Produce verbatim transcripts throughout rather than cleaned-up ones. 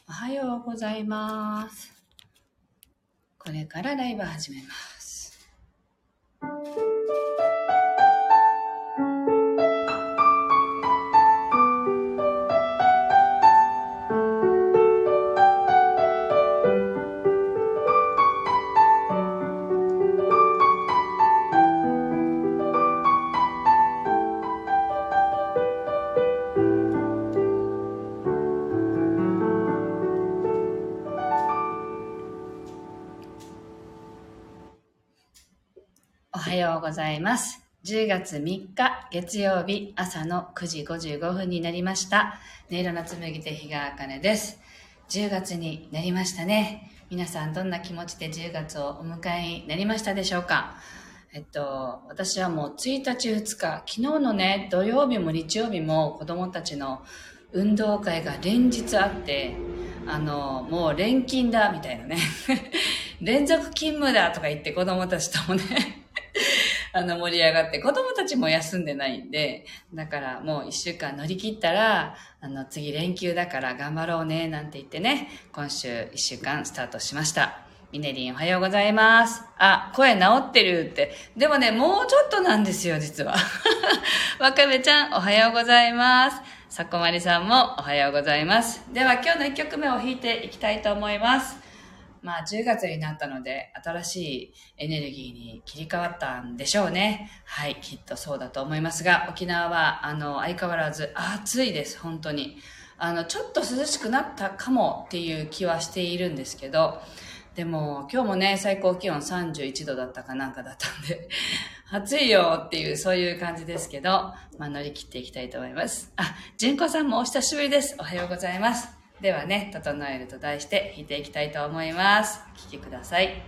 おはようございます。これからライブ始めます。おはようございます。じゅうがつみっか月曜日朝のくじごじゅうごふんになりました。音色の紡手日川茜です。じゅうがつになりましたね。皆さんどんな気持ちでじゅうがつをお迎えになりましたでしょうか。えっと、私はもうついたちふつか、昨日のね、土曜日も日曜日も子供たちの運動会が連日あって、あの、もう連勤だみたいなね。連続勤務だとか言って子供たちともね、あの盛り上がって、子供たちも休んでないんで、だからもう一週間乗り切ったら、あの次連休だから頑張ろうね、なんて言ってね、今週一週間スタートしました。ミネリンおはようございます。あ、声治ってるって。でもね、もうちょっとなんですよ、実は。わかめちゃんおはようございます。さこまりさんもおはようございます。では今日のいっきょくめを弾いていきたいと思います。まあじゅうがつになったので新しいエネルギーに切り替わったんでしょうね。はい、きっとそうだと思いますが、沖縄はあの相変わらず暑いです、本当に。あのちょっと涼しくなったかもっていう気はしているんですけど、でも今日もね最高気温さんじゅういちどだったかなんかだったんで暑いよっていうそういう感じですけど、まあ乗り切っていきたいと思います。あ、純子さんもお久しぶりです。おはようございます。ではね、整えると題して弾いていきたいと思います。お聴きください。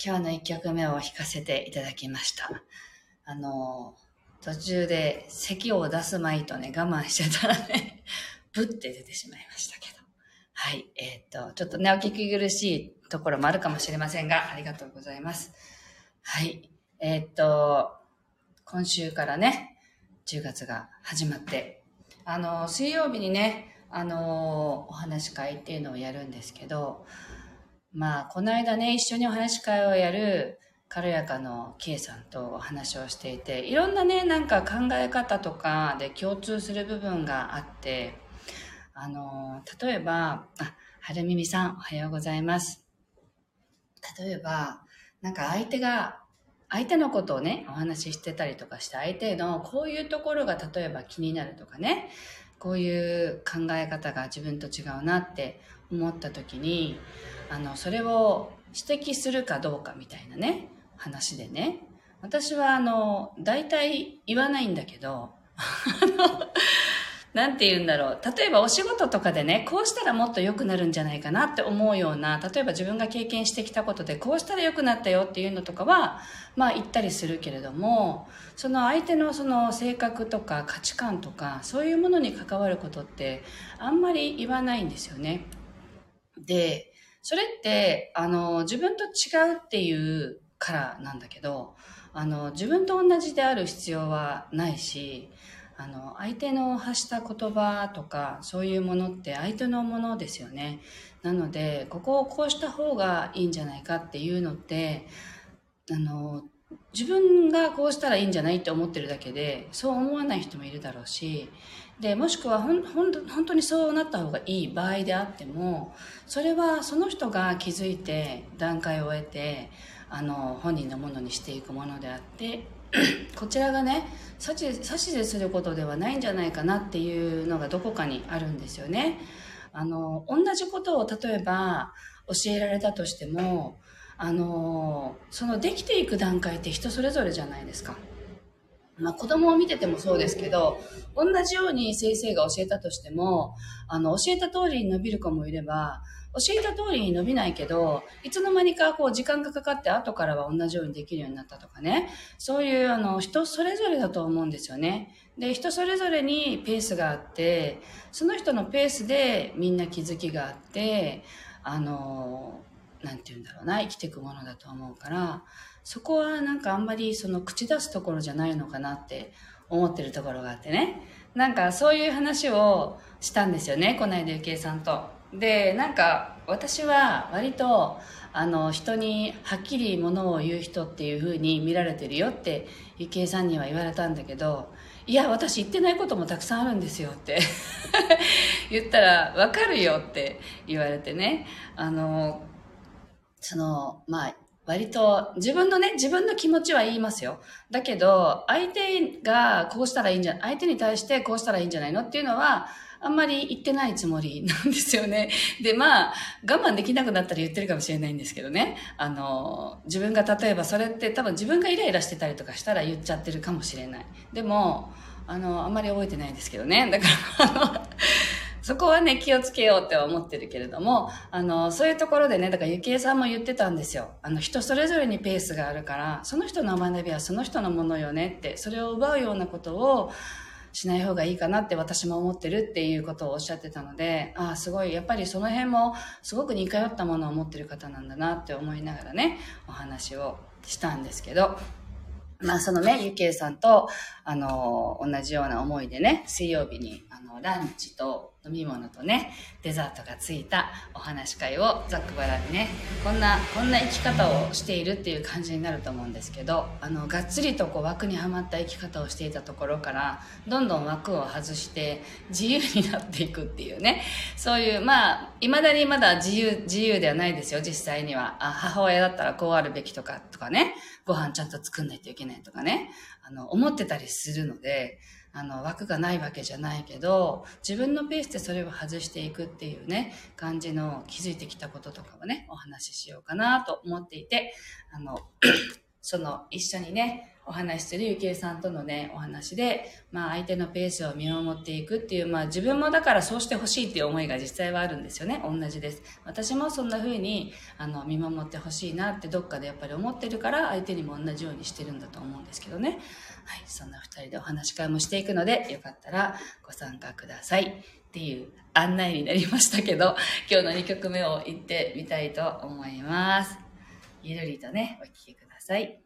今日のいっきょくめを弾かせていただきました。あの、途中で咳を出すまいとね、我慢してたらね、ブッて出てしまいましたけど。はい。えっと、ちょっとね、お聞き苦しいところもあるかもしれませんが、ありがとうございます。はい。えっと、今週からね、じゅうがつが始まって、あの、水曜日にね、あの、お話し会っていうのをやるんですけど、まあ、この間ね、一緒にお話し会をやる、軽やかの K さんとお話をしていて、いろんなね、なんか考え方とかで共通する部分があって、あの、例えば、あ、はるみみさん、おはようございます。例えば、なんか相手が、相手のことをね、お話ししてたりとかして、相手のこういうところが例えば気になるとかね、こういう考え方が自分と違うなって思った時に、あの、それを指摘するかどうかみたいなね、話でね、私はあの、大体言わないんだけど、なんて言うんだろう。例えばお仕事とかでね、こうしたらもっと良くなるんじゃないかなって思うような、例えば自分が経験してきたことで、こうしたら良くなったよっていうのとかは、まあ言ったりするけれども、その相手のその性格とか価値観とか、そういうものに関わることって、あんまり言わないんですよね。で、それって、あの、自分と違うっていうからなんだけど、あの、自分と同じである必要はないし、あの、相手の発した言葉とか、そういうものって相手のものですよね。なので、ここをこうした方がいいんじゃないかっていうのって、あの、自分がこうしたらいいんじゃないって思ってるだけで、そう思わない人もいるだろうし、で、もしくはほん、ほんと、本当にそうなった方がいい場合であっても、それはその人が気づいて段階を得て、あの、本人のものにしていくものであって、こちらがね、指図指図することではないんじゃないかなっていうのがどこかにあるんですよね。あの、同じことを例えば教えられたとしても、あの、そのできていく段階って人それぞれじゃないですか。まあ子供を見ててもそうですけど、同じように先生が教えたとしても、あの、教えた通りに伸びる子もいれば、教えた通りに伸びないけど、いつの間にかこう時間がかかって後からは同じようにできるようになったとかね。そういうあの人それぞれだと思うんですよね。で、人それぞれにペースがあって、その人のペースでみんな気づきがあって、あの、なんて言うんだろうな、生きていくものだと思うから、そこはなんかあんまりその口出すところじゃないのかなって思ってるところがあってね。なんかそういう話をしたんですよね、この間ゆきえさんと。で、なんか私は割とあの人にはっきりものを言う人っていう風に見られてるよってゆきえさんには言われたんだけど、いや私言ってないこともたくさんあるんですよって言ったら、わかるよって言われてね。あの、その、まあ、割と自分のね、自分の気持ちは言いますよ。だけど、相手がこうしたらいいんじゃ、相手に対してこうしたらいいんじゃないのっていうのは、あんまり言ってないつもりなんですよね。で、まあ、我慢できなくなったら言ってるかもしれないんですけどね。あの、自分が例えばそれって多分自分がイライラしてたりとかしたら言っちゃってるかもしれない。でも、あの、あんまり覚えてないですけどね。だから、あの、そこはね、気をつけようって思ってるけれども、あの、そういうところでね、だからゆきえさんも言ってたんですよ。あの、人それぞれにペースがあるから、その人の学びはその人のものよねって、それを奪うようなことをしない方がいいかなって私も思ってるっていうことをおっしゃってたので、ああ、すごい、やっぱりその辺もすごく似通ったものを持ってる方なんだなって思いながらね、お話をしたんですけど、まあそのね、ゆきえさんと、あの、同じような思いでね、水曜日に、あの、ランチと飲み物とね、デザートがついたお話し会をざっくばらんにね、こんな、こんな生き方をしているっていう感じになると思うんですけど、あの、がっつりとこう枠にはまった生き方をしていたところから、どんどん枠を外して自由になっていくっていうね、そういう、まあ、未だにまだ自由、自由ではないですよ、実際には。あ、母親だったらこうあるべきとか、とかね、ご飯ちゃんと作んないといけないとかね、あの、思ってたりするので、あの、枠がないわけじゃないけど、自分のペースでそれを外していくっていうね、感じの気づいてきたこととかをね、お話ししようかなと思っていて、あの、その、一緒にね、 お話しするゆきえさんとのね、お話で、まあ相手のペースを見守っていくっていう、まあ自分もだからそうしてほしいっていう思いが実際はあるんですよね。同じです。私もそんな風に、あの、見守ってほしいなってどっかでやっぱり思ってるから、相手にも同じようにしてるんだと思うんですけどね。はい、そんな二人でお話し会もしていくので、よかったらご参加くださいっていう案内になりましたけど、今日のにきょくめを言ってみたいと思います。ゆるりとね、お聴きください。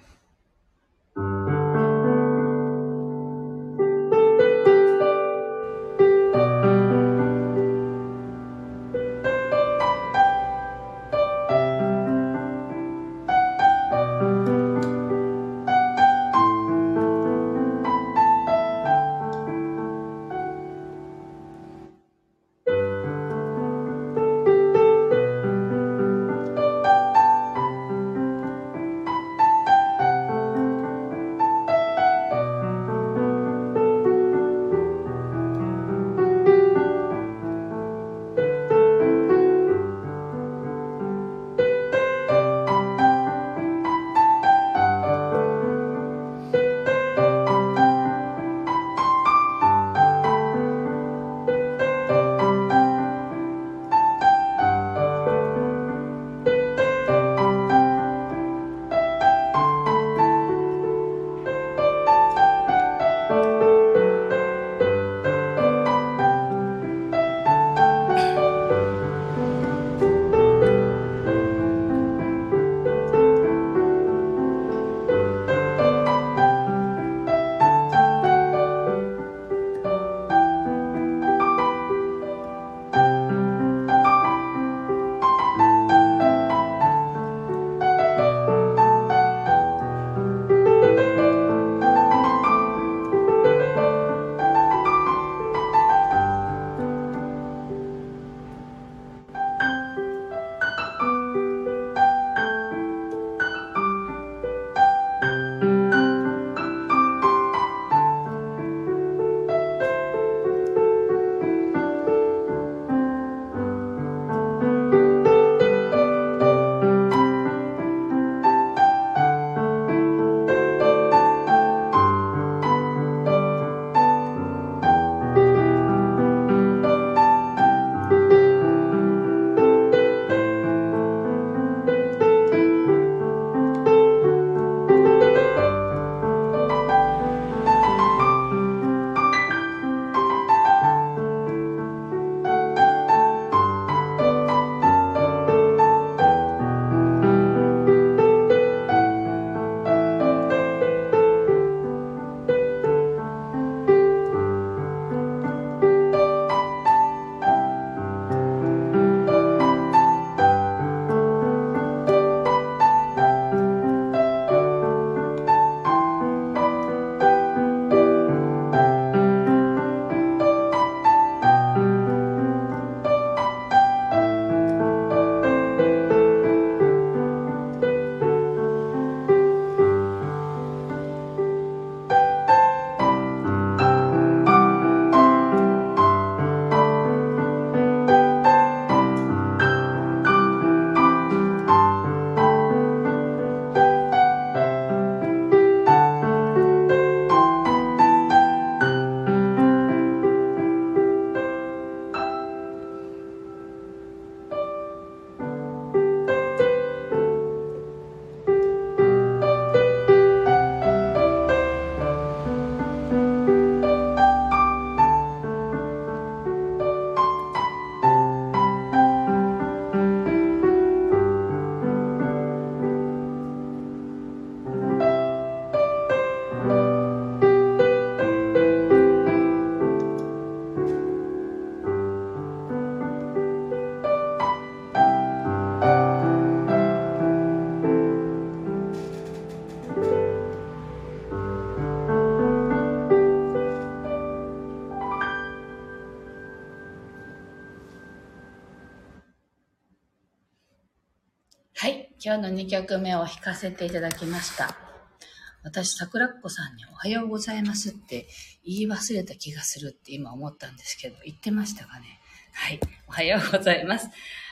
はい、今日のにきょくめを弾かせていただきました。私、桜子さんにおはようございますって言い忘れた気がするって今思ったんですけど、言ってましたかね。はい、おはようございます。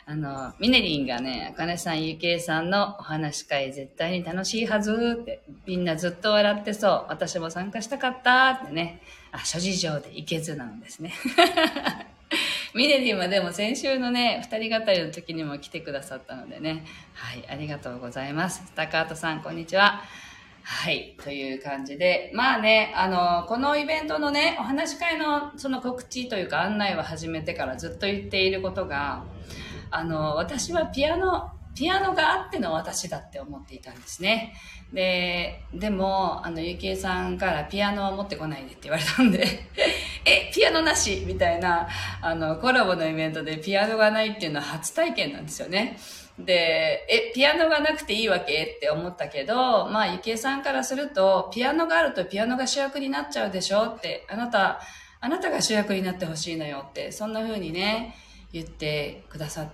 あの、ミネリンがね、あかねさん、ゆきえさんのお話し会絶対に楽しいはずって、みんなずっと笑ってそう。私も参加したかったってね。あ、諸事情で行けずなんですね。ミネリンはでも先週のね、二人語りの時にも来てくださったのでね。はい、ありがとうございます。スタカートさん、こんにちは。はい。という感じで。まあね、あの、このイベントのね、お話し会のその告知というか案内を始めてからずっと言っていることが、あの、私はピアノ、ピアノがあっての私だって思っていたんですね。で、でも、あの、ゆきえさんからピアノは持ってこないでって言われたんで、え、ピアノなしみたいな、あの、コラボのイベントでピアノがないっていうのは初体験なんですよね。で、え、ピアノがなくていいわけって思ったけど、まあ、ゆきえさんからすると、ピアノがあるとピアノが主役になっちゃうでしょって、あなた、あなたが主役になってほしいのよって、そんな風にね、言ってくださって、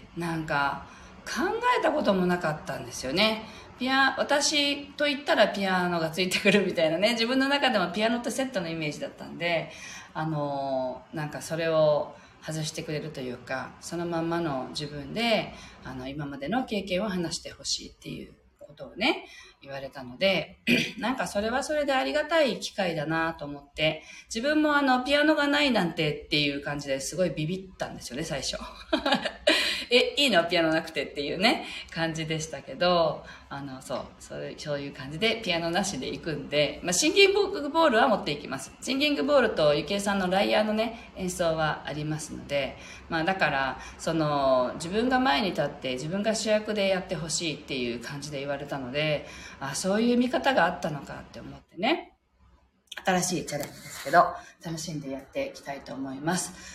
なんか、考えたこともなかったんですよね。ピア、私と言ったらピアノがついてくるみたいなね、自分の中でもピアノとセットのイメージだったんで、あの、なんかそれを、外してくれるというか、そのまんまの自分で、あの、今までの経験を話してほしいっていうことをね、言われたので、なんかそれはそれでありがたい機会だなと思って、自分もあの、ピアノがないなんてっていう感じですごいビビったんですよね、最初。え、いいのピアノなくてっていうね、感じでしたけど、あの、そう、そういう、そういう感じでピアノなしで行くんで、まあ、シンギングボールは持っていきます。シンギングボールとゆきえさんのライヤーのね、演奏はありますので、まあ、だから、その、自分が前に立って自分が主役でやってほしいっていう感じで言われたので、あ、そういう見方があったのかって思ってね、新しいチャレンジですけど、楽しんでやっていきたいと思います。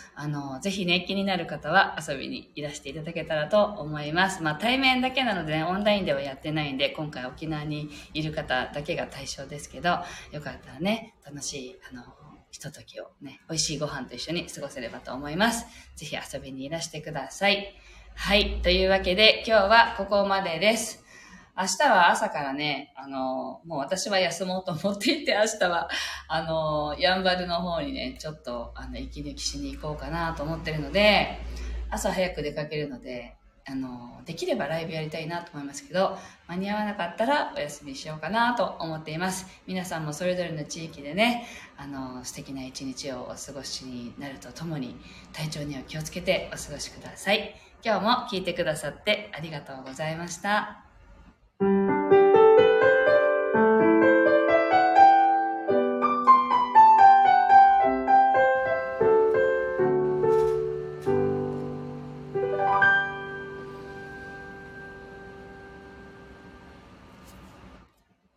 あの、ぜひね、気になる方は遊びにいらしていただけたらと思います。まあ、対面だけなのでね、オンラインではやってないんで、今回沖縄にいる方だけが対象ですけど、よかったらね、楽しい、あの、ひとときをね、美味しいご飯と一緒に過ごせればと思います。ぜひ遊びにいらしてください。はい。というわけで、今日はここまでです。明日は朝からね、あの、もう私は休もうと思っていて、明日は、あの、やんばるの方にね、ちょっと、あの、息抜きしに行こうかなと思ってるので、朝早く出かけるので、あの、できればライブやりたいなと思いますけど、間に合わなかったらお休みしようかなと思っています。皆さんもそれぞれの地域でね、あの、素敵な一日をお過ごしになるとともに、体調には気をつけてお過ごしください。今日も聞いてくださってありがとうございました。